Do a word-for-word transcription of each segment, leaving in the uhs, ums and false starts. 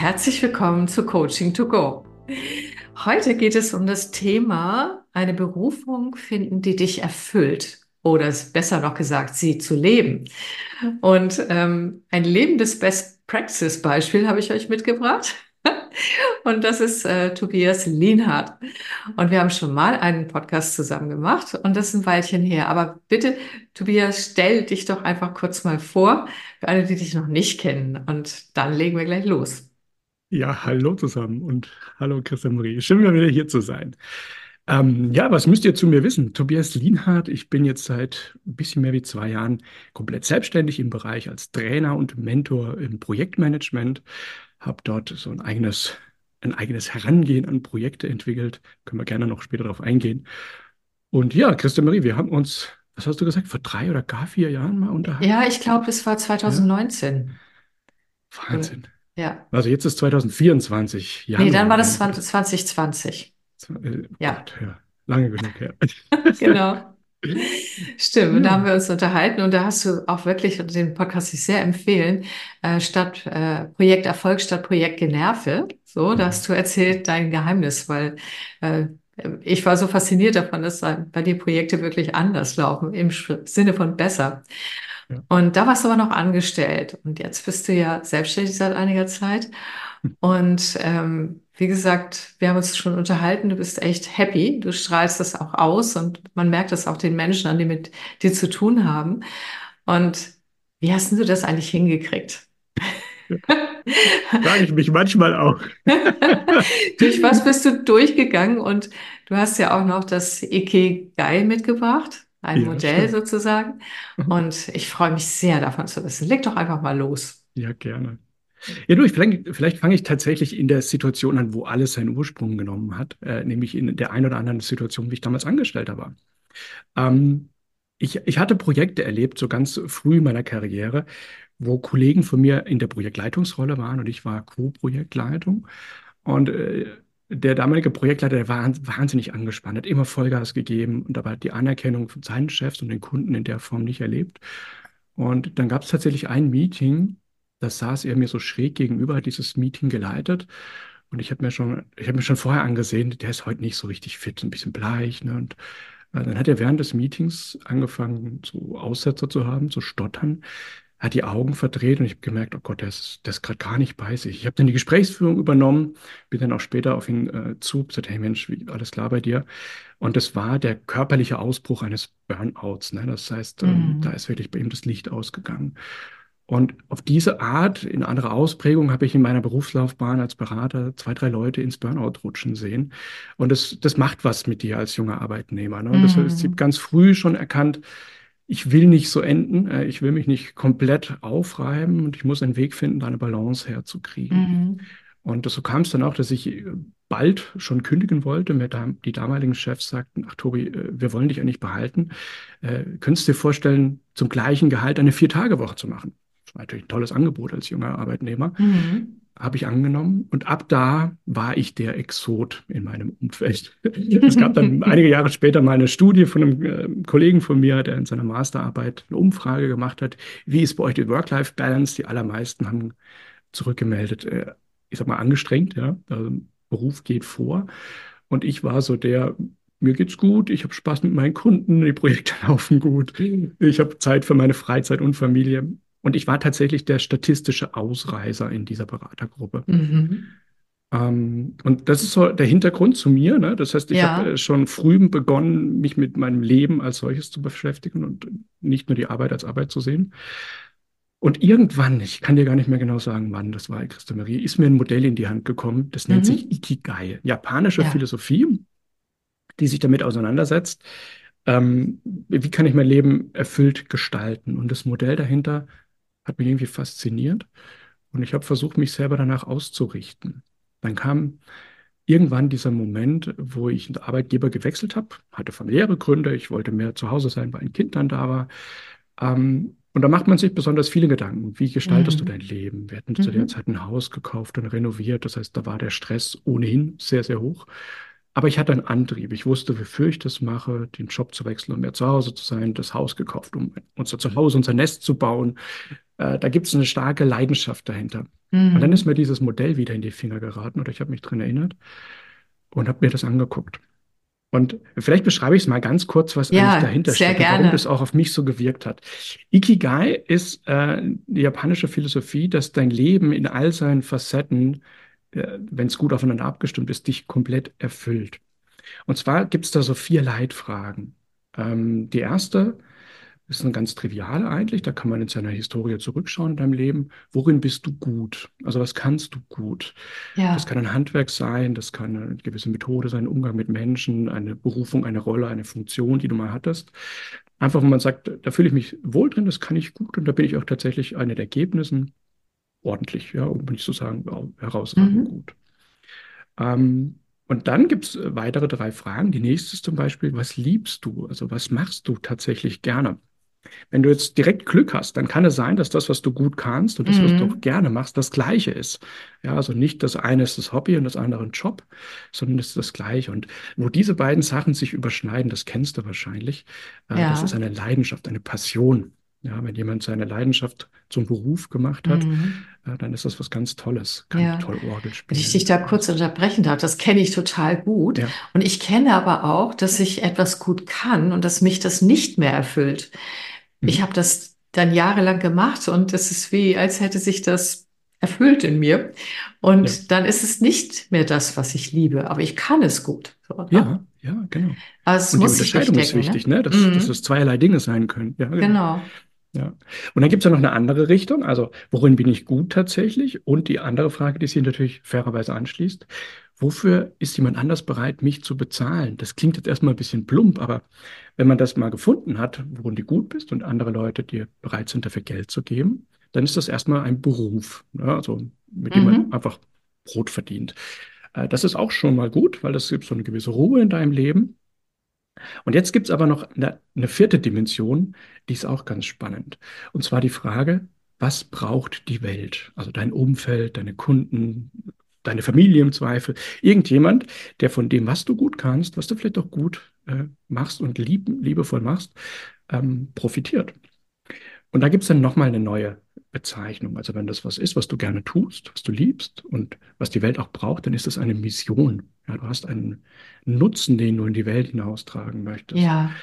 Herzlich willkommen zu Coaching to Go. Heute geht es um das Thema eine Berufung finden, die dich erfüllt. Oder es ist besser noch gesagt, sie zu leben. Und ähm, ein lebendes Best Practice Beispiel habe ich euch mitgebracht. Und das ist äh, Tobias Lienhardt. Und wir haben schon mal einen Podcast zusammen gemacht und das ist ein Weilchen her. Aber bitte, Tobias, stell dich doch einfach kurz mal vor, für alle, die dich noch nicht kennen. Und dann legen wir gleich los. Ja, hallo zusammen und hallo Christian Marie. Schön, mal wieder hier zu sein. Ähm, ja, was müsst ihr zu mir wissen? Tobias Lienhardt, ich bin jetzt seit ein bisschen mehr wie zwei Jahren komplett selbstständig im Bereich als Trainer und Mentor im Projektmanagement, habe dort so ein eigenes, ein eigenes Herangehen an Projekte entwickelt. Können wir gerne noch später darauf eingehen. Und ja, Christian Marie, wir haben uns, was hast du gesagt, vor drei oder gar vier Jahren mal Ja, unterhalten? ich glaube, es war Ja, zwanzig neunzehn. Und Wahnsinn. ja. Also jetzt ist zwanzig vierundzwanzig, Nee, dann war Januar, das wenn wir zwanzig zwanzig. Äh, oh Ja, Gott, ja, lange genug her. genau. Stimmt, und da haben Ja. wir uns unterhalten und da hast du auch wirklich den Podcast ich sehr empfehlen, äh, statt äh, Projekt Erfolg statt Projekt Generve. So, da Mhm. hast du erzählt dein Geheimnis, weil äh, ich war so fasziniert davon, dass da bei dir Projekte wirklich anders laufen, im Sch- Sinne von besser. Ja. Und da warst du aber noch angestellt und jetzt bist du ja selbstständig seit einiger Zeit. Und ähm, wie gesagt, wir haben uns schon unterhalten, du bist echt happy, du strahlst das auch aus und man merkt das auch den Menschen an, die mit dir zu tun haben. Und wie hast denn du das eigentlich hingekriegt? Ja. Frage ich mich manchmal auch. Durch was bist du durchgegangen? Und du hast ja auch noch das Ikigai mitgebracht, ein Ja, Modell stimmt. sozusagen. Mhm. Und ich freue mich sehr davon zu wissen. Leg doch einfach mal los. Ja, gerne. Ja, du, ich, vielleicht, vielleicht fange ich tatsächlich in der Situation an, wo alles seinen Ursprung genommen hat, äh, nämlich in der ein oder anderen Situation, wie ich damals Angestellter war. Ähm, ich, ich hatte Projekte erlebt, so ganz früh in meiner Karriere, wo Kollegen von mir in der Projektleitungsrolle waren und ich war Co-Projektleitung. Und äh, der damalige Projektleiter, der war wahnsinnig angespannt, hat immer Vollgas gegeben und dabei hat die Anerkennung von seinen Chefs und den Kunden in der Form nicht erlebt. Und dann gab es tatsächlich ein Meeting, da saß er mir so schräg gegenüber, hat dieses Meeting geleitet. Und ich habe mir schon, ich habe mir schon vorher angesehen, der ist heute nicht so richtig fit, ein bisschen bleich. Ne? Und äh, dann hat er während des Meetings angefangen, so Aussetzer zu haben, zu stottern, hat die Augen verdreht und ich habe gemerkt, oh Gott, der ist, der ist gerade gar nicht bei sich. Ich habe dann die Gesprächsführung übernommen, bin dann auch später auf ihn äh, zu, gesagt, hey Mensch, wie, alles klar bei dir? Und das war der körperliche Ausbruch eines Burnouts. Ne? Das heißt, ähm, da Mhm. ist wirklich bei ihm das Licht ausgegangen. Und auf diese Art, in anderer Ausprägung, habe ich in meiner Berufslaufbahn als Berater zwei, drei Leute ins Burnout rutschen sehen. Und das, das macht was mit dir als junger Arbeitnehmer. Ne? Und das heißt, ich habe Mhm. ganz früh schon erkannt, ich will nicht so enden, äh, ich will mich nicht komplett aufreiben und ich muss einen Weg finden, da eine Balance herzukriegen. Mhm. Und das, so kam es dann auch, dass ich äh, bald schon kündigen wollte. Mir da, die damaligen Chefs sagten, ach Tobi, äh, wir wollen dich eigentlich behalten. Äh, könntest du dir vorstellen, zum gleichen Gehalt eine Vier-Tage-Woche zu machen? Das war natürlich ein tolles Angebot als junger Arbeitnehmer. Mhm. Habe ich angenommen. Und ab da war ich der Exot in meinem Umfeld. Es gab dann einige Jahre später mal eine Studie von einem äh, Kollegen von mir, der in seiner Masterarbeit eine Umfrage gemacht hat. Wie ist bei euch die Work-Life-Balance? Die allermeisten haben zurückgemeldet, äh, ich sag mal, angestrengt, ja. Also Beruf geht vor. Und ich war so der, mir geht's gut, ich habe Spaß mit meinen Kunden, die Projekte laufen gut, ich habe Zeit für meine Freizeit und Familie. Und ich war tatsächlich der statistische Ausreißer in dieser Beratergruppe. Mhm. Ähm, und das ist so der Hintergrund zu mir. Ne? Das heißt, ich habe Ja. äh, schon früh begonnen, mich mit meinem Leben als solches zu beschäftigen und nicht nur die Arbeit als Arbeit zu sehen. Und irgendwann, ich kann dir gar nicht mehr genau sagen, wann das war, Christa Marie, ist mir ein Modell in die Hand gekommen, das nennt sich Mhm. Ikigai, japanische Ja. Philosophie, die sich damit auseinandersetzt, ähm, wie kann ich mein Leben erfüllt gestalten. Und das Modell dahinter hat mich irgendwie fasziniert und ich habe versucht, mich selber danach auszurichten. Dann kam irgendwann dieser Moment, wo ich einen Arbeitgeber gewechselt habe, hatte familiäre Gründe, ich wollte mehr zu Hause sein, weil ein Kind dann da war. Ähm, und da macht man sich besonders viele Gedanken. Wie gestaltest du Mhm. dein Leben? Wir hatten zu der Mhm. Zeit ein Haus gekauft und renoviert. Das heißt, da war der Stress ohnehin sehr, sehr hoch. Aber ich hatte einen Antrieb. Ich wusste, wofür ich das mache, den Job zu wechseln, um mehr zu Hause zu sein, das Haus gekauft, um unser Zuhause, unser Nest zu bauen. Äh, da gibt es eine starke Leidenschaft dahinter. Und dann ist Mhm. mir dieses Modell wieder in die Finger geraten oder ich habe mich dran erinnert und habe mir das angeguckt. Und vielleicht beschreibe ich es mal ganz kurz, was eigentlich Ja, dahinter sehr steckt und warum das gerne. auch auf mich so gewirkt hat. Ikigai ist äh, die japanische Philosophie, dass dein Leben in all seinen Facetten, äh, wenn es gut aufeinander abgestimmt ist, dich komplett erfüllt. Und zwar gibt es da so vier Leitfragen. Ähm, die erste ist eine ganz triviale eigentlich, da kann man in seiner Historie zurückschauen in deinem Leben. Worin bist du gut? Also was kannst du gut? Das Ja. kann ein Handwerk sein, das kann eine gewisse Methode sein, Umgang mit Menschen, eine Berufung, eine Rolle, eine Funktion, die du mal hattest. Einfach, wo man sagt, da fühle ich mich wohl drin, das kann ich gut und da bin ich auch tatsächlich an den Ergebnissen ordentlich, ja, um nicht zu sagen, herausragend Mhm. gut. Ähm, und dann gibt es weitere drei Fragen. Die nächste ist zum Beispiel, was liebst du? Also was machst du tatsächlich gerne? Wenn du jetzt direkt Glück hast, dann kann es sein, dass das, was du gut kannst und das, was du auch Mhm. gerne machst, das Gleiche ist. Ja, also nicht das eine ist das Hobby und das andere ein Job, sondern es ist das Gleiche. Und wo diese beiden Sachen sich überschneiden, das kennst du wahrscheinlich, äh, das ist Ja. eine Leidenschaft, eine Passion. Ja, wenn jemand seine Leidenschaft zum Beruf gemacht hat, Mhm. äh, dann ist das was ganz Tolles. Kann Ja. toll Orgel Wenn ich dich spielen. da kurz unterbrechen darf, das kenne ich total gut. Ja. Und ich kenne aber auch, dass ich etwas gut kann und dass mich das nicht mehr erfüllt. Ich Mhm. habe das dann jahrelang gemacht und es ist wie, als hätte sich das erfüllt in mir. Ja. Und dann ist es nicht mehr das, was ich liebe, aber ich kann es gut. So, ne? Ja, ja, genau. Aber es Und die muss sich nicht Unterscheidung ist decken, ne? wichtig, ne? Dass, dass es Mhm. zweierlei Dinge sein können. Ja, genau. Genau. Ja. Und dann gibt es ja noch eine andere Richtung, also worin bin ich gut tatsächlich? Und die andere Frage, die sich natürlich fairerweise anschließt, wofür ist jemand anders bereit, mich zu bezahlen? Das klingt jetzt erstmal ein bisschen plump, aber wenn man das mal gefunden hat, worin du gut bist und andere Leute dir bereit sind, dafür Geld zu geben, dann ist das erstmal ein Beruf, ja, also mit dem man Mhm. einfach Brot verdient. Äh, Das ist auch schon mal gut, weil das gibt so eine gewisse Ruhe in deinem Leben. Und jetzt gibt es aber noch eine, eine vierte Dimension, die ist auch ganz spannend. Und zwar die Frage, was braucht die Welt? Also dein Umfeld, deine Kunden, deine Familie im Zweifel, irgendjemand, der von dem, was du gut kannst, was du vielleicht auch gut äh, machst und lieb, liebevoll machst, ähm, profitiert. Und da gibt es dann nochmal eine neue Bezeichnung. Also wenn das was ist, was du gerne tust, was du liebst und was die Welt auch braucht, dann ist das eine Mission. Ja, du hast einen Nutzen, den du in die Welt hinaustragen möchtest. Ja.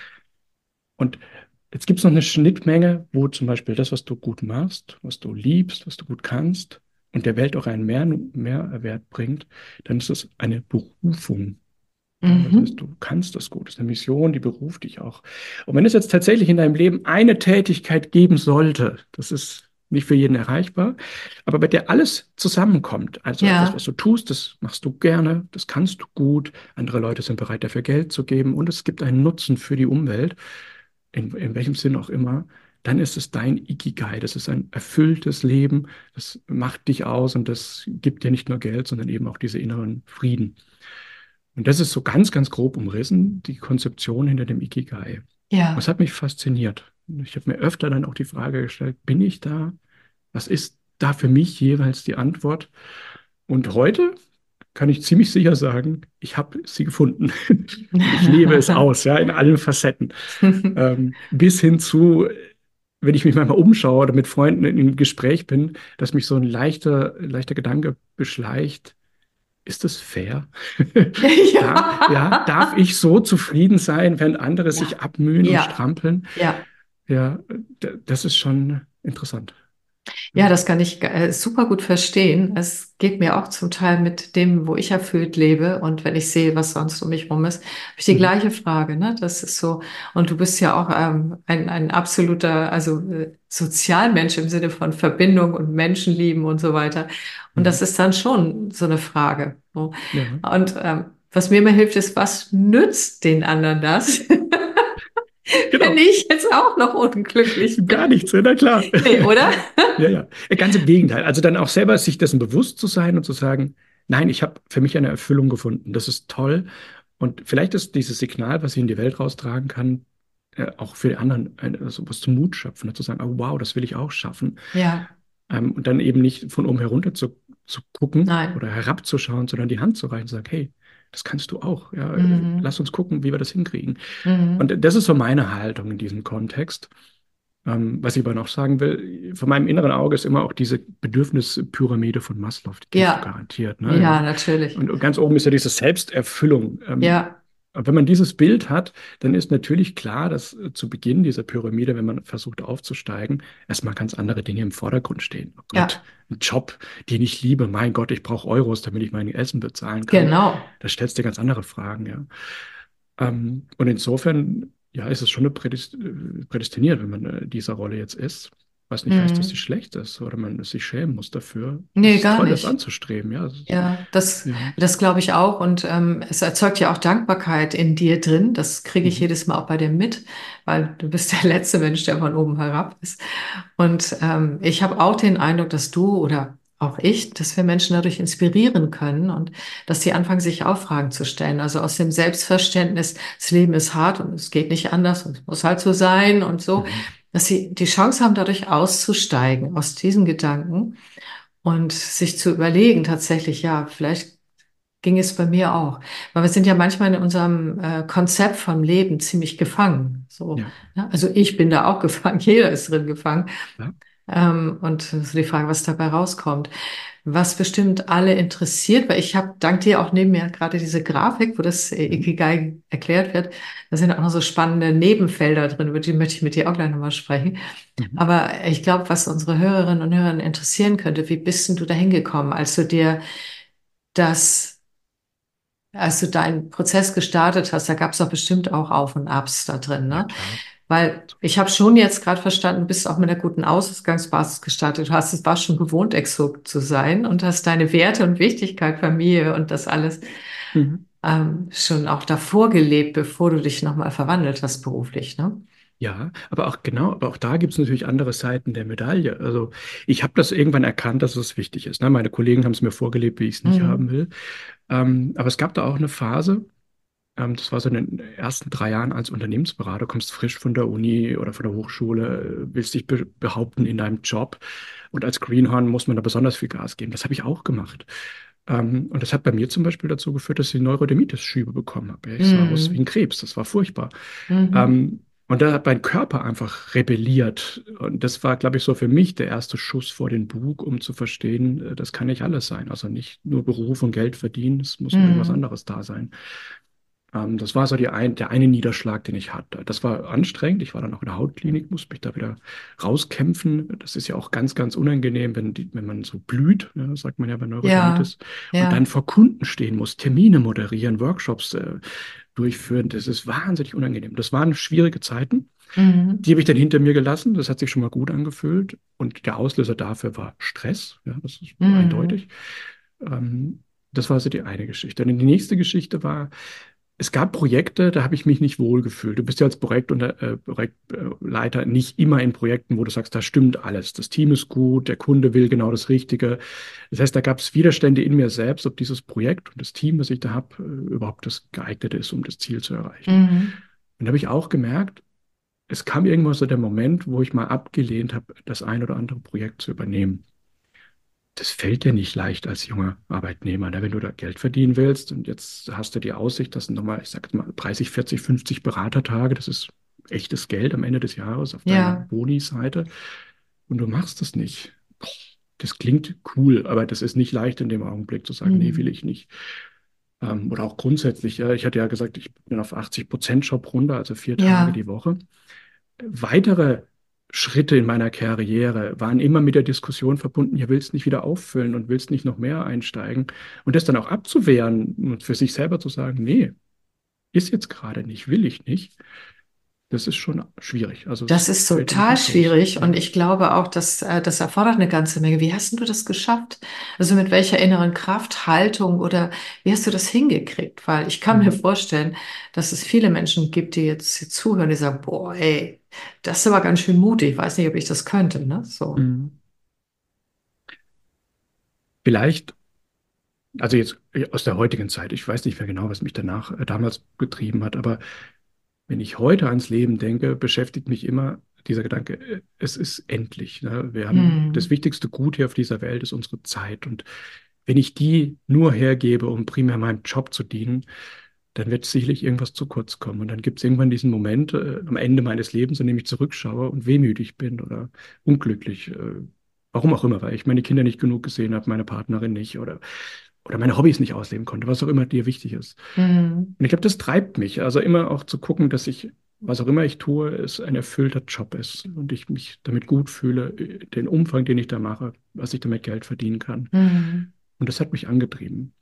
Und jetzt gibt es noch eine Schnittmenge, wo zum Beispiel das, was du gut machst, was du liebst, was du gut kannst und der Welt auch einen Mehr Mehrwert bringt, dann ist es eine Berufung. Ja, das heißt, Mhm. du kannst das gut. Das ist eine Mission, die beruft dich auch. Und wenn es jetzt tatsächlich in deinem Leben eine Tätigkeit geben sollte, das ist nicht für jeden erreichbar, aber bei der alles zusammenkommt, also etwas, was Ja. du tust, das machst du gerne, das kannst du gut, andere Leute sind bereit, dafür Geld zu geben und es gibt einen Nutzen für die Umwelt, in, in welchem Sinn auch immer, dann ist es dein Ikigai. Das ist ein erfülltes Leben, das macht dich aus und das gibt dir nicht nur Geld, sondern eben auch diese inneren Frieden. Und das ist so ganz, ganz grob umrissen, die Konzeption hinter dem Ikigai. Das Ja. hat mich fasziniert. Ich habe mir öfter dann auch die Frage gestellt, bin ich da? Was ist da für mich jeweils die Antwort? Und heute kann ich ziemlich sicher sagen, ich habe sie gefunden. Und ich lebe es aus, ja, in allen Facetten. Ähm, bis hin zu, wenn ich mich manchmal umschaue oder mit Freunden im Gespräch bin, dass mich so ein leichter, leichter Gedanke beschleicht, ist das fair? Da, ja, darf Ja. ich so zufrieden sein, wenn andere sich Ja. abmühen und Ja. strampeln? Ja. Ja, d- das ist schon interessant. Ja, Ja. das kann ich äh, super gut verstehen. Es geht mir auch zum Teil mit dem, wo ich erfüllt lebe. Und wenn ich sehe, was sonst um mich rum ist, habe ich die Mhm. gleiche Frage, ne? Das ist so. Und du bist ja auch ähm, ein, ein absoluter, also äh, Sozialmensch im Sinne von Verbindung und Menschenlieben und so weiter. Und das Mhm. ist dann schon so eine Frage. So. Ja, Und ähm, was mir immer hilft, ist, was nützt den anderen das, wenn genau. ich jetzt auch noch unglücklich Gar bin? nichts, ja, na klar. Nee, oder? Ja, ja. Ja, ganz im Gegenteil. Also dann auch selber sich dessen bewusst zu sein und zu sagen, nein, ich habe für mich eine Erfüllung gefunden. Das ist toll. Und vielleicht ist dieses Signal, was ich in die Welt raustragen kann, äh, auch für die anderen ein, also was zum Mut schöpfen, ne? Zu sagen, oh wow, das will ich auch schaffen. Ja, Ähm, und dann eben nicht von oben herunter zu, zu gucken nein. oder herabzuschauen, sondern die Hand zu reichen und zu sagen, hey, das kannst du auch. Ja, Mhm. lass uns gucken, wie wir das hinkriegen. Mhm. Und das ist so meine Haltung in diesem Kontext. Ähm, was ich aber noch sagen will, von meinem inneren Auge ist immer auch diese Bedürfnispyramide von Maslow, die kennst du Ja, garantiert, ne? ja, Ja. natürlich. Und ganz oben ist ja diese Selbsterfüllung. Ähm, Ja, aber wenn man dieses Bild hat, dann ist natürlich klar, dass äh, zu Beginn dieser Pyramide, wenn man versucht aufzusteigen, erstmal ganz andere Dinge im Vordergrund stehen. Oh Gott, ja, ein Job, den ich liebe, mein Gott, ich brauche Euros, damit ich mein Essen bezahlen kann. genau. Da stellst du dir ganz andere Fragen, ja. Ähm, und insofern, ja, ist es schon eine Prädest äh, prädestiniert, wenn man äh, dieser Rolle jetzt ist. Was nicht heißt, dass sie Mhm. schlecht ist oder man sich schämen muss dafür. Es Nee, ist gar toll, das nicht. anzustreben, ja. Es ist, Ja, das, ja. das glaube ich auch. Und ähm, es erzeugt ja auch Dankbarkeit in dir drin. Das kriege ich Mhm. jedes Mal auch bei dir mit, weil du bist der letzte Mensch, der von oben herab ist. Und ähm, ich habe auch den Eindruck, dass du oder auch ich, dass wir Menschen dadurch inspirieren können und dass die anfangen, sich auch Fragen zu stellen. Also aus dem Selbstverständnis, das Leben ist hart und es geht nicht anders und es muss halt so sein und so, Mhm. dass sie die Chance haben, dadurch auszusteigen, aus diesen Gedanken und sich zu überlegen, tatsächlich, ja, vielleicht ging es bei mir auch. Weil wir sind ja manchmal in unserem äh, Konzept vom Leben ziemlich gefangen. So, Ja, ne? Also ich bin da auch gefangen, jeder ist drin gefangen. ja. Ähm, und so die Frage, was dabei rauskommt. Was bestimmt alle interessiert, weil ich habe dank dir auch neben mir gerade diese Grafik, wo das äh, Mhm. Ikigai erklärt wird. Da sind auch noch so spannende Nebenfelder drin, über die möchte ich mit dir auch gleich nochmal sprechen. Mhm. Aber ich glaube, was unsere Hörerinnen und Hörer interessieren könnte, wie bist denn du dahin gekommen, als du dir das, als du deinen Prozess gestartet hast, da gab es doch bestimmt auch Auf und Abs da drin, Ja, ne? klar. Weil ich habe schon jetzt gerade verstanden, du bist auch mit einer guten Ausgangsbasis gestartet. Du hast es war schon gewohnt, Exot zu sein und hast deine Werte und Wichtigkeit, Familie und das alles Mhm. ähm, schon auch davor gelebt, bevor du dich nochmal verwandelt hast beruflich, ne? Ja, aber auch genau, aber auch da gibt es natürlich andere Seiten der Medaille. Also ich habe das irgendwann erkannt, dass es wichtig ist. Ne? Meine Kollegen haben es mir vorgelebt, wie ich es nicht haben Mhm. will. Ähm, aber es gab da auch eine Phase, ähm, das war so in den ersten drei Jahren als Unternehmensberater, kommst frisch von der Uni oder von der Hochschule, äh, willst dich be behaupten in deinem Job. Und als Greenhorn muss man da besonders viel Gas geben. Das habe ich auch gemacht. Ähm, und das hat bei mir zum Beispiel dazu geführt, dass ich Neurodermitis-Schübe bekommen habe. Ja, ich sah aus wie ein Mhm. Krebs. Das war furchtbar. Mhm. Ähm, und da hat mein Körper einfach rebelliert. Und das war, glaube ich, so für mich der erste Schuss vor den Bug, um zu verstehen, äh, das kann nicht alles sein. Also nicht nur Beruf und Geld verdienen, es muss noch irgendwas Mhm. anderes da sein. Ähm, das war so die ein, der eine Niederschlag, den ich hatte. Das war anstrengend. Ich war dann auch in der Hautklinik, musste mich da wieder rauskämpfen. Das ist ja auch ganz, ganz unangenehm, wenn, die, wenn man so blüht, ne, sagt man ja bei Ja, Neurodermitis, und dann ja. vor Kunden stehen muss, Termine moderieren, Workshops äh, durchführen. Das ist wahnsinnig unangenehm. Das waren schwierige Zeiten. Die Mhm. habe ich dann hinter mir gelassen. Das hat sich schon mal gut angefühlt. Und der Auslöser dafür war Stress. Ja, das ist Mhm. eindeutig. Ähm, Das war so die eine Geschichte. Und die nächste Geschichte war, es gab Projekte, da habe ich mich nicht wohlgefühlt. Du bist ja als Projekt äh, Projektleiter nicht immer in Projekten, wo du sagst, da stimmt alles. Das Team ist gut, der Kunde will genau das Richtige. Das heißt, da gab es Widerstände in mir selbst, ob dieses Projekt und das Team, das ich da habe, äh, überhaupt das geeignete ist, um das Ziel zu erreichen. Mhm. Und da habe ich auch gemerkt, es kam irgendwann so der Moment, wo ich mal abgelehnt habe, das ein oder andere Projekt zu übernehmen. Das fällt dir nicht leicht als junger Arbeitnehmer, ne? Wenn du da Geld verdienen willst und jetzt hast du die Aussicht, dass nochmal, ich sag mal, dreißig, vierzig, fünfzig Beratertage, das ist echtes Geld am Ende des Jahres auf deiner Ja. Boni-Seite und du machst es nicht. Das klingt cool, aber das ist nicht leicht in dem Augenblick zu sagen, nee, will Mhm. ich nicht. Ähm, oder auch grundsätzlich, ja, ich hatte ja gesagt, ich bin auf achtzig Prozent Job runter, also vier Tage Ja. die Woche. Weitere Schritte in meiner Karriere waren immer mit der Diskussion verbunden, ja, willst nicht wieder auffüllen und willst nicht noch mehr einsteigen und das dann auch abzuwehren und für sich selber zu sagen, nee, ist jetzt gerade nicht, will ich nicht, das ist schon schwierig. Also Das es ist fällt dir nicht total ins Schoß. schwierig und Ja. ich glaube auch, dass äh, das erfordert eine ganze Menge. Wie hast denn du das geschafft? Also mit welcher inneren Kraft, Haltung oder wie hast du das hingekriegt? Weil ich kann mir Mhm. vorstellen, dass es viele Menschen gibt, die jetzt hier zuhören, die sagen, boah, ey, das ist aber ganz schön mutig. Ich weiß nicht, ob ich das könnte, ne? So. Mhm. Vielleicht, also jetzt aus der heutigen Zeit, ich weiß nicht mehr genau, was mich danach äh, damals getrieben hat, aber wenn ich heute ans Leben denke, beschäftigt mich immer dieser Gedanke, äh, es ist endlich. Ne? Wir haben das Hm. wichtigste Gut hier auf dieser Welt ist unsere Zeit. Und wenn ich die nur hergebe, um primär meinem Job zu dienen, dann wird sicherlich irgendwas zu kurz kommen. Und dann gibt es irgendwann diesen Moment äh, am Ende meines Lebens, in dem ich zurückschaue und wehmütig bin oder unglücklich. Äh, warum auch immer, weil ich meine Kinder nicht genug gesehen habe, meine Partnerin nicht oder, oder meine Hobbys nicht ausleben konnte, was auch immer dir wichtig ist. Mhm. Und ich glaube, das treibt mich. Also immer auch zu gucken, dass ich, was auch immer ich tue, es ein erfüllter Job ist und ich mich damit gut fühle, äh, den Umfang, den ich da mache, was ich damit Geld verdienen kann. Mhm. Und das hat mich angetrieben.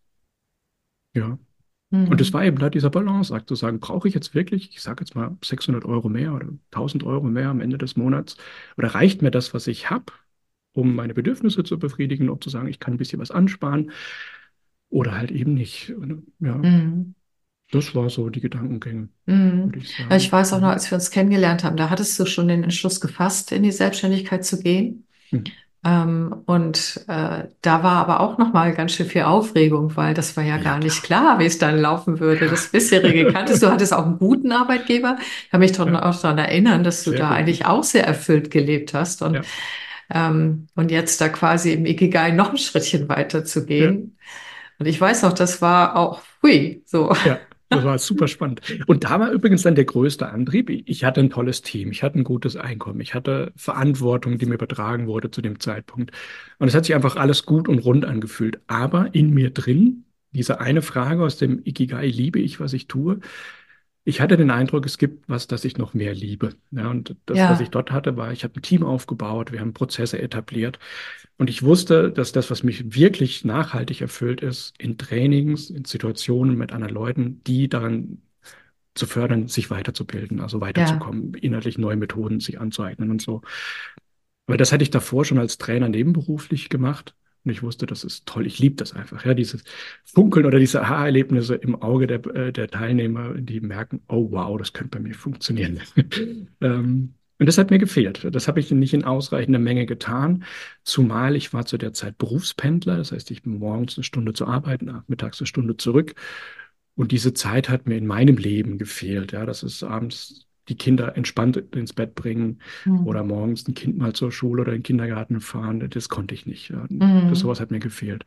Ja. Und es Mhm. war eben da dieser Balanceakt zu sagen, brauche ich jetzt wirklich, ich sage jetzt mal sechshundert Euro mehr oder tausend Euro mehr am Ende des Monats? Oder reicht mir das, was ich habe, um meine Bedürfnisse zu befriedigen und zu sagen, ich kann ein bisschen was ansparen oder halt eben nicht? Und, ja, Mhm. das war so die Gedankengänge, Mhm. würde ich Ja, ich sagen. weiß auch noch, Mhm. als wir uns kennengelernt haben, da hattest du schon den Entschluss gefasst, in die Selbstständigkeit zu gehen. Mhm. Ähm, und äh, da war aber auch noch mal ganz schön viel Aufregung, weil das war ja Ja, gar nicht klar. klar, wie es dann laufen würde. Ja. Das bisherige kanntest du, hattest auch einen guten Arbeitgeber. Ich kann mich doch Ja, noch auch daran erinnern, dass du sehr da eigentlich guten. auch sehr erfüllt gelebt hast und, Ja, ähm, und jetzt da quasi im Ikigai noch ein Schrittchen weiter zu ja. gehen. Und ich weiß noch, das war auch, hui, so. Ja, das war super spannend. Und da war übrigens dann der größte Antrieb. Ich hatte ein tolles Team, ich hatte ein gutes Einkommen, ich hatte Verantwortung, die mir übertragen wurde zu dem Zeitpunkt. Und es hat sich einfach alles gut und rund angefühlt. Aber in mir drin, diese eine Frage aus dem Ikigai, liebe ich, was ich tue? Ich hatte den Eindruck, es gibt was, das ich noch mehr liebe. Ja, und das, was ich Ja, dort hatte, war, ich habe ein Team aufgebaut, wir haben Prozesse etabliert. Und ich wusste, dass das, was mich wirklich nachhaltig erfüllt ist, in Trainings, in Situationen mit anderen Leuten, die daran zu fördern, sich weiterzubilden, also ja, weiterzukommen, inhaltlich neue Methoden sich anzueignen und so. Weil das hatte ich davor schon als Trainer nebenberuflich gemacht. Und ich wusste, das ist toll. Ich liebe das einfach. Ja, dieses Funkeln oder diese Aha-Erlebnisse im Auge der, äh, der Teilnehmer, die merken, oh wow, das könnte bei mir funktionieren. ähm, und das hat mir gefehlt. Das habe ich nicht in ausreichender Menge getan. Zumal ich war zu der Zeit Berufspendler. Das heißt, ich bin morgens eine Stunde zur Arbeit, nachmittags eine Stunde zurück. Und diese Zeit hat mir in meinem Leben gefehlt. Ja, das ist abends die Kinder entspannt ins Bett bringen oder mhm. morgens ein Kind mal zur Schule oder in den Kindergarten fahren. Das konnte ich nicht. Ja. Das Mhm. sowas hat mir gefehlt.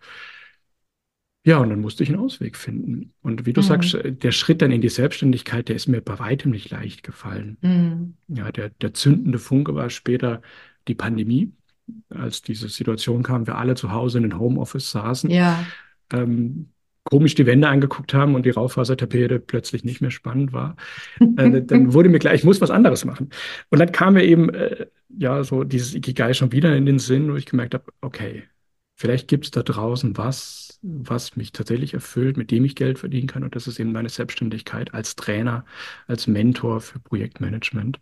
Ja, und dann musste ich einen Ausweg finden. Und wie du sagst, Mhm. äh, der Schritt dann in die Selbstständigkeit, der ist mir bei weitem nicht leicht gefallen. Mhm. Ja, der, der zündende Funke war später die Pandemie, als diese Situation kam, wir alle zu Hause in den Homeoffice saßen, Ja. ähm, komisch die Wände angeguckt haben und die Raufasertapete plötzlich nicht mehr spannend war. Äh, dann wurde mir klar, ich muss was anderes machen. Und dann kam mir eben äh, ja so dieses Ikigai schon wieder in den Sinn, wo ich gemerkt habe, okay, vielleicht gibt es da draußen was, was mich tatsächlich erfüllt, mit dem ich Geld verdienen kann. Und das ist eben meine Selbstständigkeit als Trainer, als Mentor für Projektmanagement.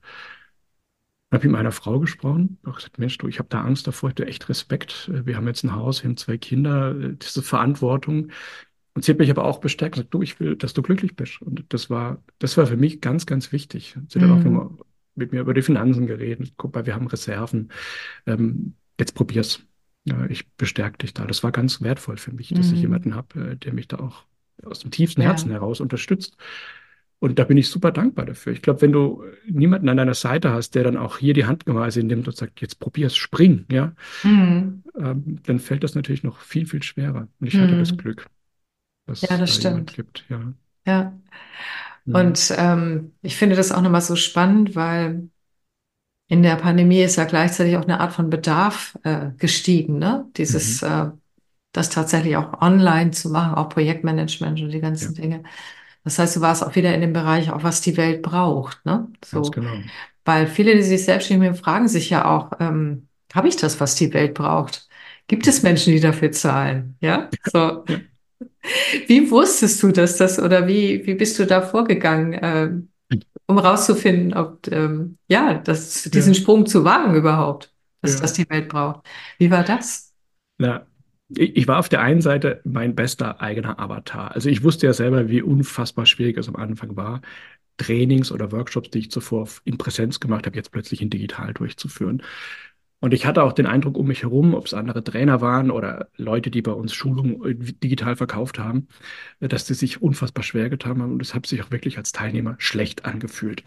Ich habe mit meiner Frau gesprochen, habe gesagt, Mensch, du, ich habe da Angst davor, ich habe echt Respekt. Wir haben jetzt ein Haus, wir haben zwei Kinder, äh, diese Verantwortung. Und sie hat mich aber auch bestärkt und gesagt, du, ich will, dass du glücklich bist. Und das war, das war für mich ganz, ganz wichtig. Sie hat dann auch Mhm. nochmal mit mir über die Finanzen geredet. Guck mal, wir haben Reserven. Ähm, jetzt probier's. Ja, ich bestärke dich da. Das war ganz wertvoll für mich, dass ich Mhm. jemanden habe, äh, der mich da auch aus dem tiefsten Herzen Ja. heraus unterstützt. Und da bin ich super dankbar dafür. Ich glaube, wenn du niemanden an deiner Seite hast, der dann auch hier die Handgeweise nimmt und sagt, jetzt probier's, spring, ja, Mhm. ähm, dann fällt das natürlich noch viel, viel schwerer. Und ich hatte das Mhm. Glück, dass Ja, es das da jemand stimmt. gibt, ja. Ja. Mhm. Und ähm, ich finde das auch nochmal so spannend, weil in der Pandemie ist ja gleichzeitig auch eine Art von Bedarf äh, gestiegen, ne? Dieses, Mhm. äh, das tatsächlich auch online zu machen, auch Projektmanagement und die Ja, ganzen Dinge. Das heißt, du warst auch wieder in dem Bereich, auch was die Welt braucht, ne? ganz So, genau. weil viele, die sich selbstständig machen, fragen sich ja auch, ähm, habe ich das, was die Welt braucht? Gibt es Mhm. Menschen, die dafür zahlen? Ja, so. Ja. Wie wusstest du, dass das oder wie, wie bist du da vorgegangen, ähm, um rauszufinden, ob, ähm, ja, das, diesen Ja, Sprung zu wagen überhaupt, dass ja. das die Welt braucht? Wie war das? Na, ich, ich war auf der einen Seite mein bester eigener Avatar. Also ich wusste ja selber, wie unfassbar schwierig es am Anfang war, Trainings oder Workshops, die ich zuvor in Präsenz gemacht habe, jetzt plötzlich in digital durchzuführen. Und ich hatte auch den Eindruck um mich herum, ob es andere Trainer waren oder Leute, die bei uns Schulungen äh, digital verkauft haben, äh, dass die sich unfassbar schwer getan haben und es hat sich auch wirklich als Teilnehmer schlecht angefühlt.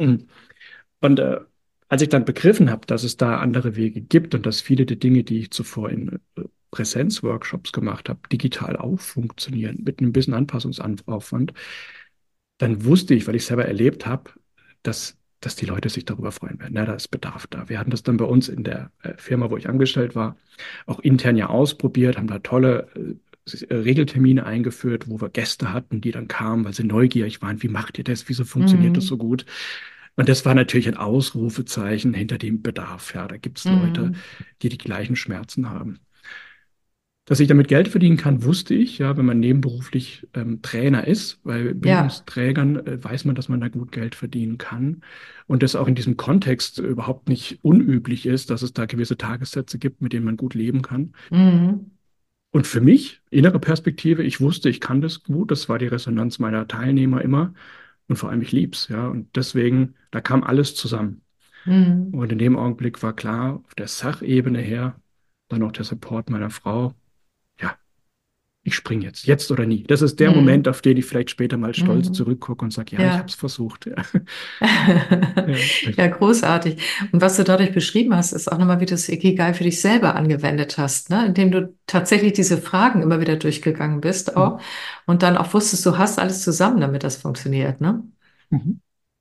Und äh, als ich dann begriffen habe, dass es da andere Wege gibt und dass viele der Dinge, die ich zuvor in äh, Präsenzworkshops gemacht habe, digital auch funktionieren, mit einem bisschen Anpassungsaufwand, dann wusste ich, weil ich selber erlebt habe, dass, dass die Leute sich darüber freuen werden. Ja, da ist Bedarf da. Wir hatten das dann bei uns in der äh, Firma, wo ich angestellt war, auch intern ja ausprobiert, haben da tolle äh, Regeltermine eingeführt, wo wir Gäste hatten, die dann kamen, weil sie neugierig waren. Wie macht ihr das? Wieso funktioniert das Mhm. so gut? Und das war natürlich ein Ausrufezeichen hinter dem Bedarf. Ja, da gibt es Leute, Mhm. die die gleichen Schmerzen haben. Dass ich damit Geld verdienen kann, wusste ich, ja, wenn man nebenberuflich ähm, Trainer ist. Bei Ja. Bildungsträgern äh, weiß man, dass man da gut Geld verdienen kann. Und das auch in diesem Kontext überhaupt nicht unüblich ist, dass es da gewisse Tagessätze gibt, mit denen man gut leben kann. Mhm. Und für mich, innere Perspektive, ich wusste, ich kann das gut. Das war die Resonanz meiner Teilnehmer immer. Und vor allem, ich lieb's, ja. Und deswegen, da kam alles zusammen. Mhm. Und in dem Augenblick war klar, auf der Sachebene her, dann auch der Support meiner Frau, ja, ich springe jetzt, jetzt oder nie. Das ist der Moment, Mhm. auf den ich vielleicht später mal stolz Mhm. zurückgucke und sage, ja, ich habe Ja. es versucht. Ja. Ja. Ja, großartig. Und was du dadurch beschrieben hast, ist auch nochmal, wie du das Ikigai für dich selber angewendet hast, ne? Indem du tatsächlich diese Fragen immer wieder durchgegangen bist auch Mhm. und dann auch wusstest, du hast alles zusammen, damit das funktioniert, ne? Mhm.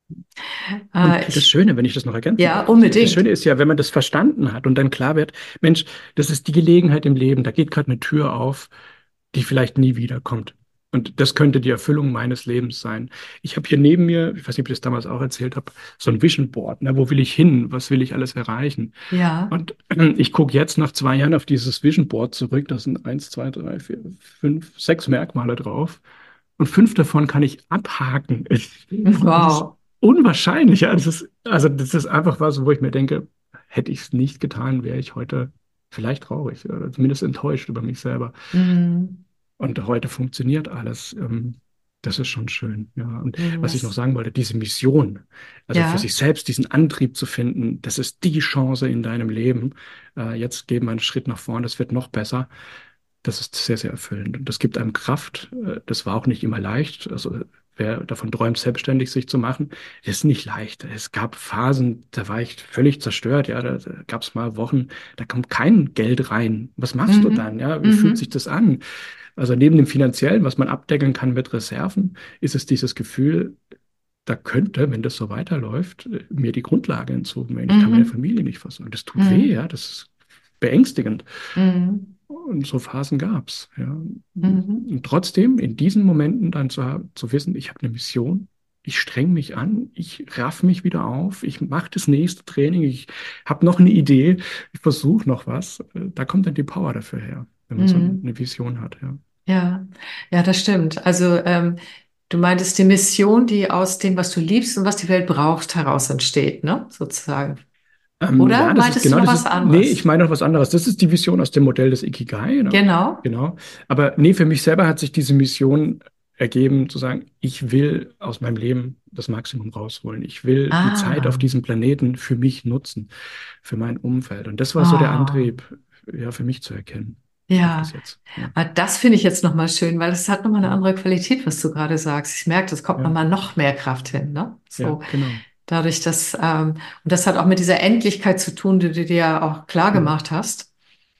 Und Äh, das ich, Schöne, wenn ich das noch ergänzen ja, darf, das unbedingt. Schöne ist ja, wenn man das verstanden hat und dann klar wird, Mensch, das ist die Gelegenheit im Leben, da geht gerade eine Tür auf, die vielleicht nie wiederkommt. Und das könnte die Erfüllung meines Lebens sein. Ich habe hier neben mir, ich weiß nicht, ob ich das damals auch erzählt habe, so ein Vision Board. Ne? Wo will ich hin? Was will ich alles erreichen? Ja. Und ich gucke jetzt nach zwei Jahren auf dieses Vision Board zurück. Da sind eins, zwei, drei, vier, fünf, sechs Merkmale drauf. Und fünf davon kann ich abhaken. Das ist Wow. unwahrscheinlich. Ja. Das ist, also das ist einfach was, wo ich mir denke, hätte ich es nicht getan, wäre ich heute vielleicht traurig oder zumindest enttäuscht über mich selber. Mhm. Und heute funktioniert alles. Ähm, das ist schon schön. Ja. Und Mhm. was ich noch Das, sagen wollte, diese Mission, also für ja. sich selbst diesen Antrieb zu finden, das ist die Chance in deinem Leben. Äh, jetzt geben wir einen Schritt nach vorne, es wird noch besser. Das ist sehr, sehr erfüllend. Und das gibt einem Kraft. Äh, Das war auch nicht immer leicht. Also wer davon träumt, selbstständig sich zu machen, ist nicht leicht. Es gab Phasen, da war ich völlig zerstört. Ja, da, da gab es mal Wochen, da kommt kein Geld rein. Was machst du dann? Mhm. Ja, wie fühlt sich Mhm. das an? Also neben dem Finanziellen, was man abdecken kann mit Reserven, ist es dieses Gefühl, da könnte, wenn das so weiterläuft, äh, mir die Grundlage entzogen werden. Ich kann meine Mhm. Familie nicht versorgen. Das tut weh, Mhm. ja, das ist beängstigend. Mhm. Und so Phasen gab es. Ja. Mhm. Und trotzdem, in diesen Momenten dann zu, haben, zu wissen, ich habe eine Mission, ich streng mich an, ich raff mich wieder auf, ich mache das nächste Training, ich habe noch eine Idee, ich versuche noch was. Äh, Da kommt dann die Power dafür her, wenn man so Mhm. eine Vision hat. Ja. Ja, ja, das stimmt. Also ähm, du meintest die Mission, die aus dem, was du liebst und was die Welt braucht, heraus entsteht, ne? Sozusagen. Ähm, Oder ja, das ist meintest du genau, noch das was ist, nee, ich anderes? meine noch was anderes. Das ist die Vision aus dem Modell des Ikigai, ne? Genau. Genau. Aber nee, für mich selber hat sich diese Mission ergeben, zu sagen, ich will aus meinem Leben das Maximum rausholen. Ich will die Zeit auf Ah, diesem Planeten für mich nutzen, für mein Umfeld. Und das war so der ah, Antrieb, ja, für mich zu erkennen. Ich schaffe das ja. jetzt. Ja, Ah, das finde ich jetzt nochmal schön, weil es hat nochmal eine ja, andere Qualität, was du gerade sagst. Ich merke, das kommt ja, nochmal noch mehr Kraft hin, ne? ja, So, genau. dadurch, dass, ähm, und das hat auch mit dieser Endlichkeit zu tun, die du dir ja auch klar Mhm, gemacht hast.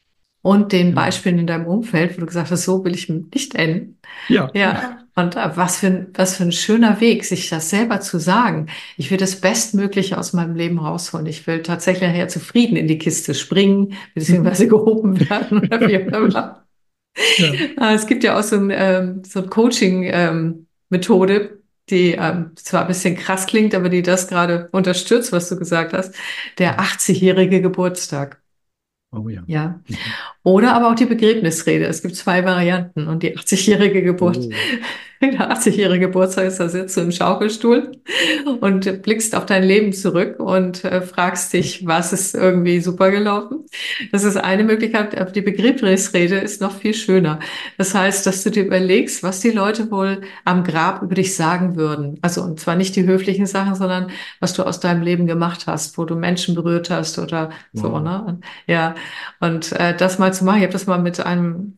Und den genau. Beispielen in deinem Umfeld, wo du gesagt hast, so will ich nicht enden. Ja, Ja, und äh, was für ein, was für ein schöner Weg, sich das selber zu sagen. Ich will das Bestmögliche aus meinem Leben rausholen. Ich will tatsächlich nachher zufrieden in die Kiste springen, mhm. beziehungsweise gehoben werden oder wie auch immer. Ja, Äh, Es gibt ja auch so ein, ähm, so ein Coaching-Methode, die ähm, zwar ein bisschen krass klingt, aber die das gerade unterstützt, was du gesagt hast. Der mhm. achtzig-jährige Geburtstag. Oh ja. Ja. Mhm. Oder aber auch die Begräbnisrede. Es gibt zwei Varianten. Und die achtzig-jährige Geburt, Oh. der achtzig-jährige Geburtstag ist, da sitzt du im Schaukelstuhl und blickst auf dein Leben zurück und äh, fragst dich, was ist irgendwie super gelaufen? Das ist eine Möglichkeit, aber die Begräbnisrede ist noch viel schöner. Das heißt, dass du dir überlegst, was die Leute wohl am Grab über dich sagen würden. Also, und zwar nicht die höflichen Sachen, sondern was du aus deinem Leben gemacht hast, wo du Menschen berührt hast oder so, Wow. ne? Und, ja. Und äh, das mal zu machen, ich habe das mal mit einem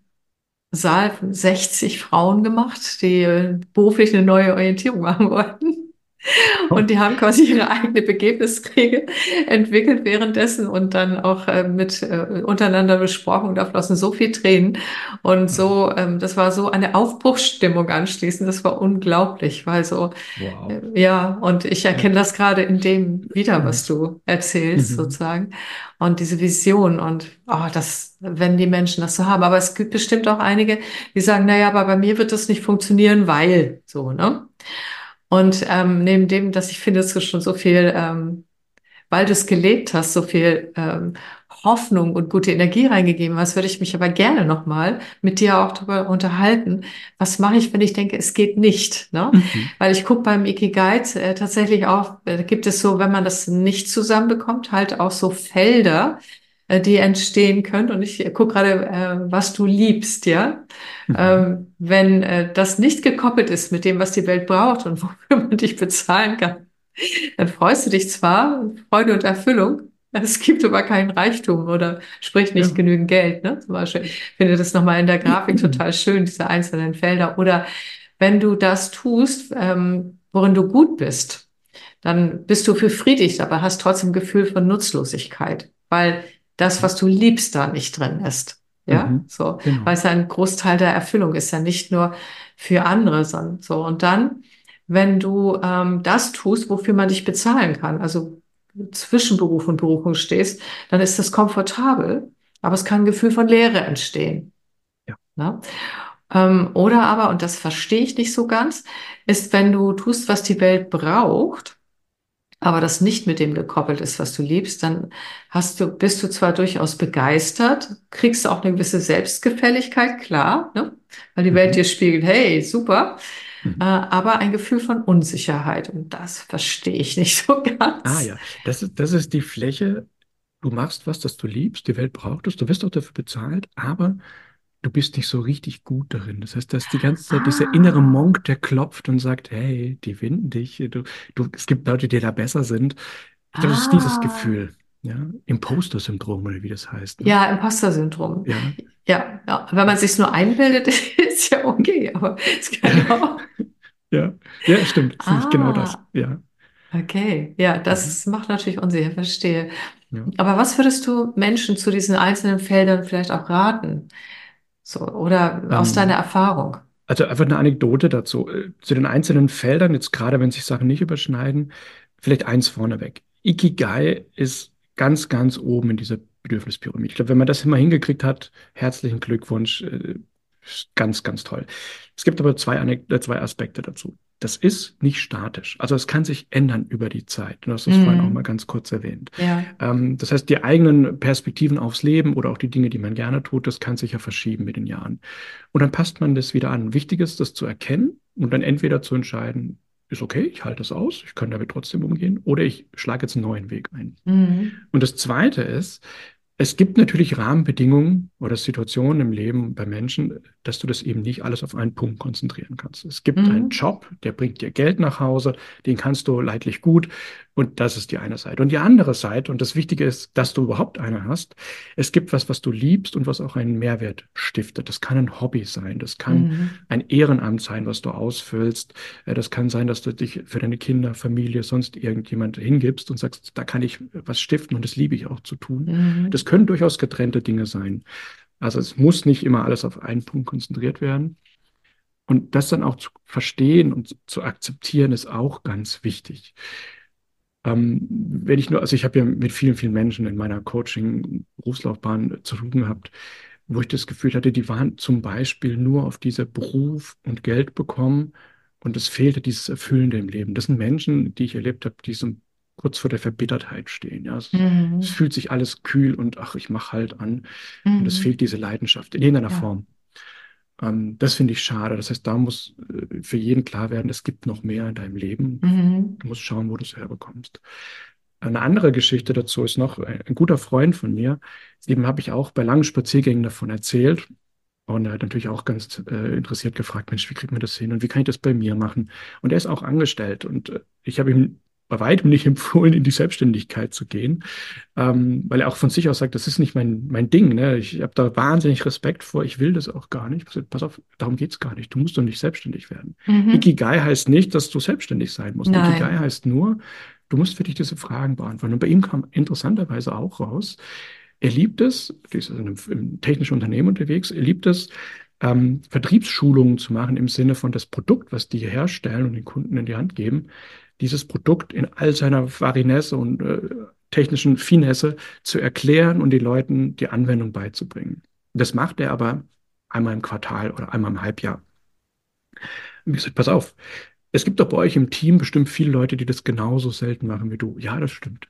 Saal von sechzig Frauen gemacht, die äh, beruflich eine neue Orientierung machen wollten. Und Oh, die haben quasi ihre eigene Begräbnisregel entwickelt währenddessen und dann auch äh, mit äh, untereinander besprochen. Und da flossen so viel Tränen. Und oh, so, ähm, das war so eine Aufbruchsstimmung anschließend. Das war unglaublich, weil so, äh, wow. ja, und ich Ja. erkenne das gerade in dem wieder, Mhm. was du erzählst, Mhm. sozusagen. Und diese Vision und, oh, das, wenn die Menschen das so haben. Aber es gibt bestimmt auch einige, die sagen, naja, aber bei mir wird das nicht funktionieren, weil, so, ne? Und ähm, neben dem, dass ich finde, dass du schon so viel, ähm, weil du es gelebt hast, so viel ähm, Hoffnung und gute Energie reingegeben hast, würde ich mich aber gerne nochmal mit dir auch darüber unterhalten. Was mache ich, wenn ich denke, es geht nicht? Ne? Mhm. Weil ich gucke beim Ikigai äh, tatsächlich auch, äh, gibt es so, wenn man das nicht zusammenbekommt, halt auch so Felder, äh, die entstehen können. Und ich gucke gerade, äh, was du liebst, ja. Mhm. Ähm, wenn äh, das nicht gekoppelt ist mit dem, was die Welt braucht und wofür man dich bezahlen kann, dann freust du dich zwar, Freude und Erfüllung, es gibt aber keinen Reichtum oder sprich nicht Ja. genügend Geld, ne? Zum Beispiel. Ich finde das nochmal in der Grafik total schön, diese einzelnen Felder. Oder wenn du das tust, ähm, worin du gut bist, dann bist du für friedlich, aber hast trotzdem ein Gefühl von Nutzlosigkeit, weil das, Mhm. was du liebst, da nicht drin ist. Ja, Mhm. so, weil Genau. es ein Großteil der Erfüllung ist, ja nicht nur für andere, sondern so. Und dann, wenn du ähm, das tust, wofür man dich bezahlen kann, also zwischen Beruf und Berufung stehst, dann ist das komfortabel, aber es kann ein Gefühl von Leere entstehen. Ja. Ne? Ähm, oder aber, und das verstehe ich nicht so ganz, ist, wenn du tust, was die Welt braucht, aber das nicht mit dem gekoppelt ist, was du liebst, dann hast du, bist du zwar durchaus begeistert, kriegst auch eine gewisse Selbstgefälligkeit, klar, ne? Weil die Welt Mhm. dir spiegelt, hey, super, äh, Mhm. aber ein Gefühl von Unsicherheit und das verstehe ich nicht so Ah ganz. ja, das ist, das ist die Fläche. Du machst was, das du liebst, die Welt braucht es, du wirst auch dafür bezahlt, aber du bist nicht so richtig gut darin. Das heißt, da ist die ganze Zeit dieser innere Ah, Monk, der klopft und sagt, hey, die finden dich. Du, du, es gibt Leute, die da besser sind. Ich glaube, das ist dieses ah, Gefühl, ja, Imposter-Syndrom oder wie das heißt, ne? ja, Imposter-Syndrom. Ja, Ja, ja, wenn man sich nur einbildet, ist ja okay, aber es kann auch. ja, ja, stimmt. Das ist nämlich genau das. Ah, Ja, okay, ja, mhm. das macht natürlich unsicher, verstehe. Ja. Aber was würdest du Menschen zu diesen einzelnen Feldern vielleicht auch raten? So, oder aus deiner Ähm, Erfahrung? Also einfach eine Anekdote dazu. Äh, Zu den einzelnen Feldern, jetzt gerade wenn sich Sachen nicht überschneiden, vielleicht eins vorneweg. Ikigai ist ganz, ganz oben in dieser Bedürfnispyramide. Ich glaube, wenn man das immer hingekriegt hat, herzlichen Glückwunsch. äh, ist Ganz, ganz toll. Es gibt aber zwei, Anek äh, zwei Aspekte dazu. Das ist nicht statisch. Also es kann sich ändern über die Zeit. Du hast das vorhin auch mal Mhm. ganz kurz erwähnt. Ja. Ähm, das heißt, die eigenen Perspektiven aufs Leben oder auch die Dinge, die man gerne tut, das kann sich ja verschieben mit den Jahren. Und dann passt man das wieder an. Wichtig ist, das zu erkennen und dann entweder zu entscheiden, ist okay, ich halte das aus, ich kann damit trotzdem umgehen, oder ich schlage jetzt einen neuen Weg ein. Mhm. Und das Zweite ist, es gibt natürlich Rahmenbedingungen oder Situationen im Leben bei Menschen, dass du das eben nicht alles auf einen Punkt konzentrieren kannst. Es gibt einen Mhm. Job, der bringt dir Geld nach Hause, den kannst du leidlich gut und das ist die eine Seite. Und die andere Seite, und das Wichtige ist, dass du überhaupt eine hast, es gibt was, was du liebst und was auch einen Mehrwert stiftet. Das kann ein Hobby sein, das kann Mhm. ein Ehrenamt sein, was du ausfüllst. Äh, Das kann sein, dass du dich für deine Kinder, Familie, sonst irgendjemand hingibst und sagst, da kann ich was stiften und das liebe ich auch zu tun. Das Mhm. können durchaus getrennte Dinge sein. Also es muss nicht immer alles auf einen Punkt konzentriert werden. Und das dann auch zu verstehen und zu akzeptieren, ist auch ganz wichtig. Ähm, wenn ich nur, also ich habe ja mit vielen, vielen Menschen in meiner Coaching-Berufslaufbahn zu tun gehabt, wo ich das Gefühl hatte, die waren zum Beispiel nur auf diese Beruf und Geld bekommen und es fehlte dieses Erfüllende im Leben. Das sind Menschen, die ich erlebt habe, die so kurz vor der Verbittertheit stehen. Ja, es, es Mhm. fühlt sich alles kühl und ach, ich mache halt an und es Mhm. fehlt diese Leidenschaft in irgendeiner Ja. Form. Ähm, das finde ich schade. Das heißt, da muss äh, für jeden klar werden, es gibt noch mehr in deinem Leben. Mhm. Du musst schauen, wo du es herbekommst. Eine andere Geschichte dazu ist noch, ein, ein guter Freund von mir, dem habe ich auch bei langen Spaziergängen davon erzählt. Und er hat natürlich auch ganz äh, interessiert gefragt, Mensch, wie kriegt man das hin und wie kann ich das bei mir machen? Und er ist auch angestellt. Und äh, ich habe ihm bei weitem nicht empfohlen, in die Selbstständigkeit zu gehen, ähm, weil er auch von sich aus sagt, das ist nicht mein, mein Ding. Ne? Ich habe da wahnsinnig Respekt vor, ich will das auch gar nicht. Ich hab gesagt, pass auf, darum geht's gar nicht. Du musst doch nicht selbstständig werden. Mhm. Ikigai heißt nicht, dass du selbstständig sein musst. Ikigai Nein. heißt nur, du musst für dich diese Fragen beantworten. Und bei ihm kam interessanterweise auch raus, er liebt es, er ist in einem, im technischen Unternehmen unterwegs, er liebt es, ähm, Vertriebsschulungen zu machen im Sinne von das Produkt, was die herstellen und den Kunden in die Hand geben, dieses Produkt in all seiner Farinesse und äh, technischen Finesse zu erklären und den Leuten die Anwendung beizubringen. Das macht er aber einmal im Quartal oder einmal im Halbjahr. Und ich gesagt, pass auf, es gibt doch bei euch im Team bestimmt viele Leute, die das genauso selten machen wie du. Ja, das stimmt.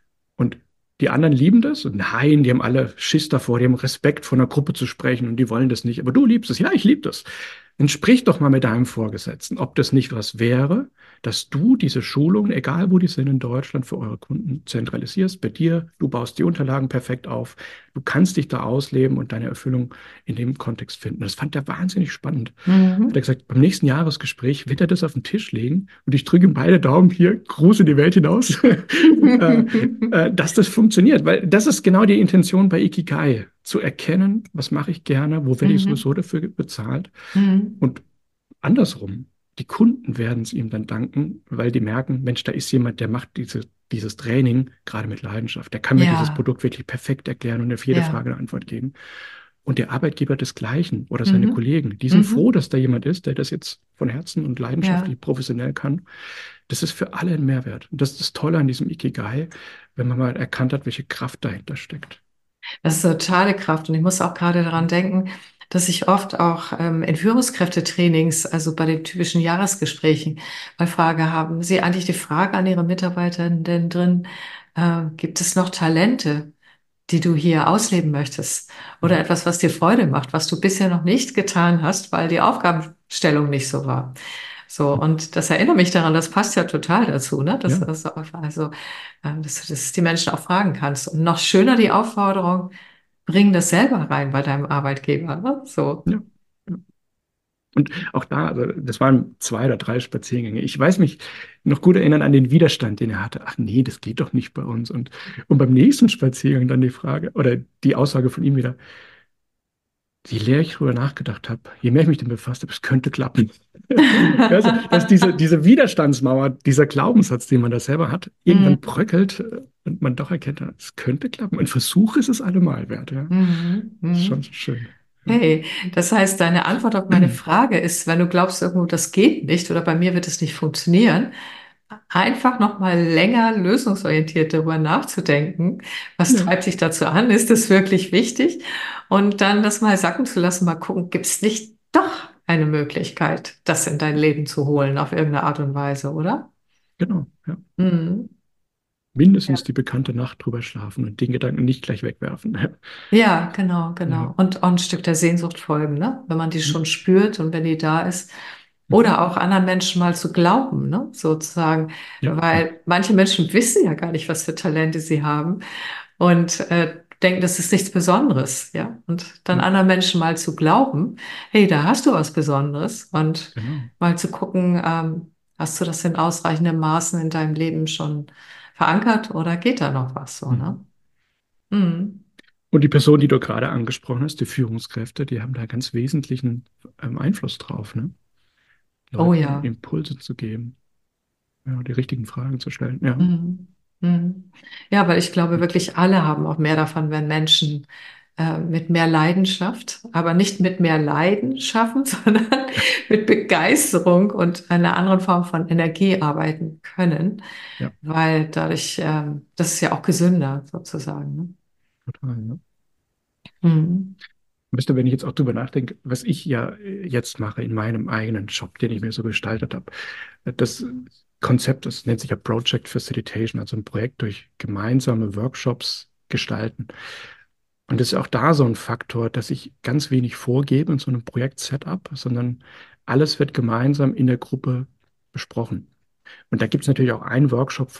Und die anderen lieben das? Und nein, die haben alle Schiss davor, die haben Respekt vor einer Gruppe zu sprechen und die wollen das nicht. Aber du liebst es. Ja, ich liebe das. Dann sprich doch mal mit deinem Vorgesetzten, ob das nicht was wäre, dass du diese Schulungen, egal wo die sind in Deutschland, für eure Kunden zentralisierst, bei dir, du baust die Unterlagen perfekt auf, du kannst dich da ausleben und deine Erfüllung in dem Kontext finden. Das fand er wahnsinnig spannend. Hat er Mhm. gesagt, beim nächsten Jahresgespräch wird er das auf den Tisch legen und ich drücke ihm beide Daumen hier, Gruß in die Welt hinaus, äh, äh, dass das funktioniert, weil das ist genau die Intention bei Ikigai, zu erkennen, was mache ich gerne, wo werde ich Mhm. sowieso dafür bezahlt Mhm. und andersrum. Die Kunden werden es ihm dann danken, weil die merken, Mensch, da ist jemand, der macht diese, dieses Training gerade mit Leidenschaft. Der kann mir dieses Ja, Produkt wirklich perfekt erklären und auf jede ja. Frage eine Antwort geben. Und der Arbeitgeber desgleichen oder seine Mhm. Kollegen, die sind froh, Mhm. dass da jemand ist, der das jetzt von Herzen und Ja. leidenschaftlich professionell kann. Das ist für alle ein Mehrwert. Und das ist das Tolle an diesem Ikigai, wenn man mal erkannt hat, welche Kraft dahinter steckt. Das ist eine totale Kraft. Und ich muss auch gerade daran denken, dass ich oft auch ähm, in Führungskräftetrainings, also bei den typischen Jahresgesprächen, mal Frage haben, Sie eigentlich die Frage an Ihre Mitarbeitenden drin, äh, gibt es noch Talente, die du hier ausleben möchtest? Oder Mhm. etwas, was dir Freude macht, was du bisher noch nicht getan hast, weil die Aufgabenstellung nicht so war? So, und das erinnert mich daran, das passt ja total dazu, ne? Dass, Ja, das also, äh, dass du das die Menschen auch fragen kannst. Und noch schöner die Aufforderung, bring das selber rein bei deinem Arbeitgeber, ne? So. ja. Ja. Und auch da, also das waren zwei oder drei Spaziergänge. Ich weiß mich noch gut erinnern an den Widerstand, den er hatte. Ach nee, das geht doch nicht bei uns. Und, und beim nächsten Spaziergang dann die Frage oder die Aussage von ihm wieder, je leer ich drüber nachgedacht habe, je mehr ich mich damit befasst habe, es könnte klappen. Also, dass diese, diese Widerstandsmauer, dieser Glaubenssatz, den man da selber hat, irgendwann Mhm. bröckelt äh, und man doch erkennt, es könnte klappen. Ein Versuch ist es allemal wert. Ja. Mhm. Das ist schon Mhm. schön. Ja. Hey, das heißt, deine Antwort auf meine Frage ist, wenn du glaubst, irgendwo das geht nicht oder bei mir wird es nicht funktionieren, einfach noch mal länger lösungsorientiert darüber nachzudenken. Was Ja, treibt dich dazu an? Ist das wirklich wichtig? Und dann das mal sacken zu lassen, mal gucken, gibt es nicht doch eine Möglichkeit, das in dein Leben zu holen auf irgendeine Art und Weise, oder? genau. Ja. Mhm. Mindestens die bekannte Nacht drüber schlafen und den Gedanken nicht gleich wegwerfen. Ja, genau, Ja. genau. Und auch ein Stück der Sehnsucht folgen, ne? Wenn man die Ja. schon spürt und wenn die da ist. Mhm. Oder auch anderen Menschen mal zu glauben, ne? Sozusagen. Ja. Weil manche Menschen wissen ja gar nicht, was für Talente sie haben und äh, denken, das ist nichts Besonderes, ja. Und dann Ja. anderen Menschen mal zu glauben, hey, da hast du was Besonderes und Genau. mal zu gucken, ähm, hast du das in ausreichendem Maßen in deinem Leben schon verankert oder geht da noch was so, Mhm. ne? Mhm. Und die Person, die du gerade angesprochen hast, die Führungskräfte, die haben da ganz wesentlichen ähm, Einfluss drauf, ne? Oh Leuten ja. Impulse zu geben, ja, die richtigen Fragen zu stellen. Ja. Mhm. Mhm. Ja, weil ich glaube, Und, wirklich alle haben auch mehr davon, wenn Menschen äh, mit mehr Leidenschaft, aber nicht mit mehr Leiden schaffen, sondern mit Begeisterung und einer anderen Form von Energie arbeiten können, ja, weil dadurch, ähm, das ist ja auch gesünder sozusagen. Ne? total. Ne? Mhm. Wisst ihr, wenn ich jetzt auch drüber nachdenke, was ich ja äh, jetzt mache in meinem eigenen Job, den ich mir so gestaltet habe, äh, das Konzept, das nennt sich ja Project Facilitation, also ein Projekt durch gemeinsame Workshops gestalten. Und das ist auch da so ein Faktor, dass ich ganz wenig vorgebe in so einem Projekt-Setup, sondern alles wird gemeinsam in der Gruppe besprochen. Und da gibt es natürlich auch ein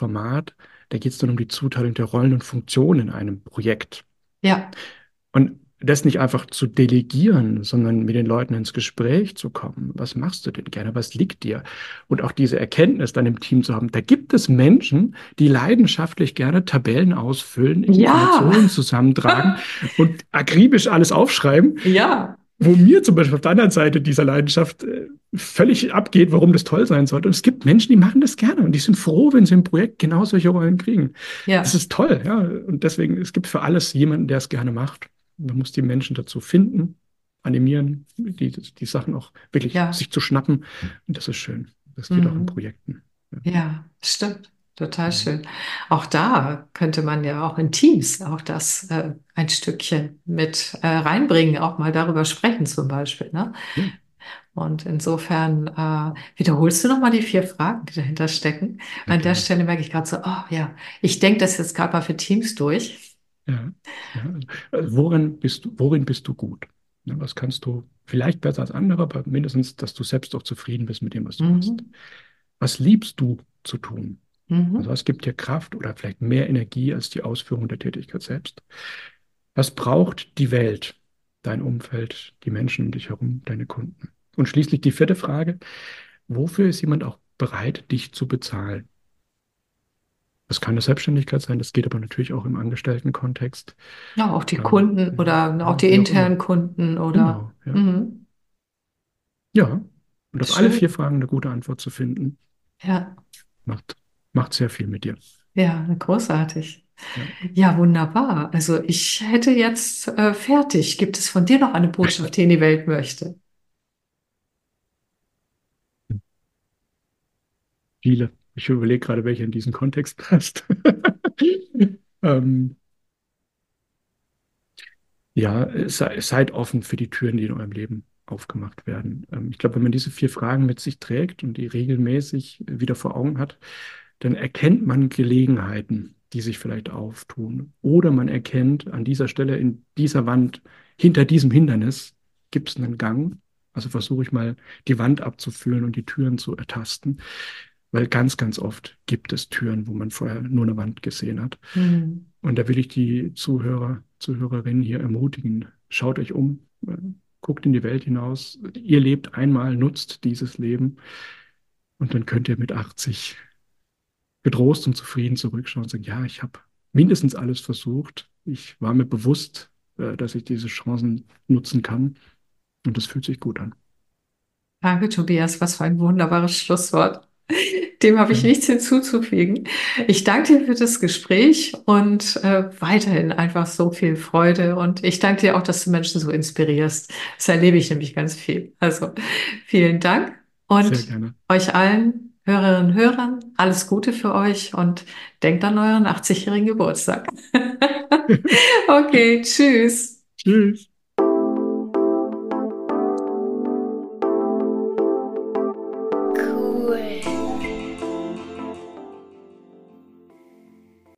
Workshop-Format, da geht es dann um die Zuteilung der Rollen und Funktionen in einem Projekt. Ja, Und das nicht einfach zu delegieren, sondern mit den Leuten ins Gespräch zu kommen. Was machst du denn gerne? Was liegt dir? Und auch diese Erkenntnis dann im Team zu haben. Da gibt es Menschen, die leidenschaftlich gerne Tabellen ausfüllen, Ja, Informationen zusammentragen und akribisch alles aufschreiben, ja, wo mir zum Beispiel auf der anderen Seite dieser Leidenschaft äh, völlig abgeht, warum das toll sein sollte. Und es gibt Menschen, die machen das gerne und die sind froh, wenn sie im Projekt genau solche Rollen kriegen. Das ja, ist toll, ja. Und deswegen, es gibt für alles jemanden, der es gerne macht. Man muss die Menschen dazu finden, animieren, die, die Sachen auch wirklich ja. sich zu schnappen. Und das ist schön. Das geht auch in Mhm. Projekten. Ja. Ja, stimmt. Total Mhm. schön. Auch da könnte man ja auch in Teams auch das äh, ein Stückchen mit äh, reinbringen, auch mal darüber sprechen zum Beispiel, ne? Ja, Und insofern äh, wiederholst du nochmal die vier Fragen, die dahinter stecken. ja, An der gerne. Stelle merke ich gerade so, oh ja, ich denke das jetzt gerade mal für Teams durch. Ja, ja. Also, worin bist du, worin bist du gut? Ja, was kannst du vielleicht besser als andere, aber mindestens, dass du selbst auch zufrieden bist mit dem, was du machst. Mhm. Was liebst du zu tun? Also Mhm. was gibt dir Kraft oder vielleicht mehr Energie als die Ausführung der Tätigkeit selbst? Was braucht die Welt, dein Umfeld, die Menschen um dich herum, deine Kunden? Und schließlich die vierte Frage, wofür ist jemand auch bereit, dich zu bezahlen? Das kann eine Selbstständigkeit sein, das geht aber natürlich auch im Angestelltenkontext. Ja, auch die Ähm, Kunden ja, oder auch ja, die wie auch immer. internen Kunden oder Genau, ja. mhm. Ja. Und auf alle vier Schön. Fragen eine gute Antwort zu finden, Ja, macht, macht sehr viel mit dir. ja, großartig. Ja. Ja, wunderbar. Also ich hätte jetzt äh, fertig. Gibt es von dir noch eine Botschaft, die in die Welt möchte? Viele. Ich überlege gerade, welche in diesen Kontext passt. ähm, ja, sei, seid offen für die Türen, die in eurem Leben aufgemacht werden. Ähm, ich glaube, wenn man diese vier Fragen mit sich trägt und die regelmäßig wieder vor Augen hat, dann erkennt man Gelegenheiten, die sich vielleicht auftun. Oder man erkennt an dieser Stelle, in dieser Wand, hinter diesem Hindernis gibt es einen Gang. Also versuche ich mal, die Wand abzufüllen und die Türen zu ertasten. Weil ganz, ganz oft gibt es Türen, wo man vorher nur eine Wand gesehen hat. Hm. Und da will ich die Zuhörer, Zuhörerinnen hier ermutigen. Schaut euch um, äh, guckt in die Welt hinaus. Ihr lebt einmal, nutzt dieses Leben und dann könnt ihr mit achtzig getrost und zufrieden zurückschauen und sagen, ja, ich habe mindestens alles versucht. Ich war mir bewusst, äh, dass ich diese Chancen nutzen kann und das fühlt sich gut an. Danke, Tobias. Was für ein wunderbares Schlusswort. Dem habe ich Gerne. nichts hinzuzufügen. Ich danke dir für das Gespräch und äh, weiterhin einfach so viel Freude. Und ich danke dir auch, dass du Menschen so inspirierst. Das erlebe ich nämlich ganz viel. Also vielen Dank Sehr und gerne. euch allen Hörerinnen und Hörern alles Gute für euch und denkt an euren achtzigjährigen Geburtstag. Okay, tschüss. Tschüss.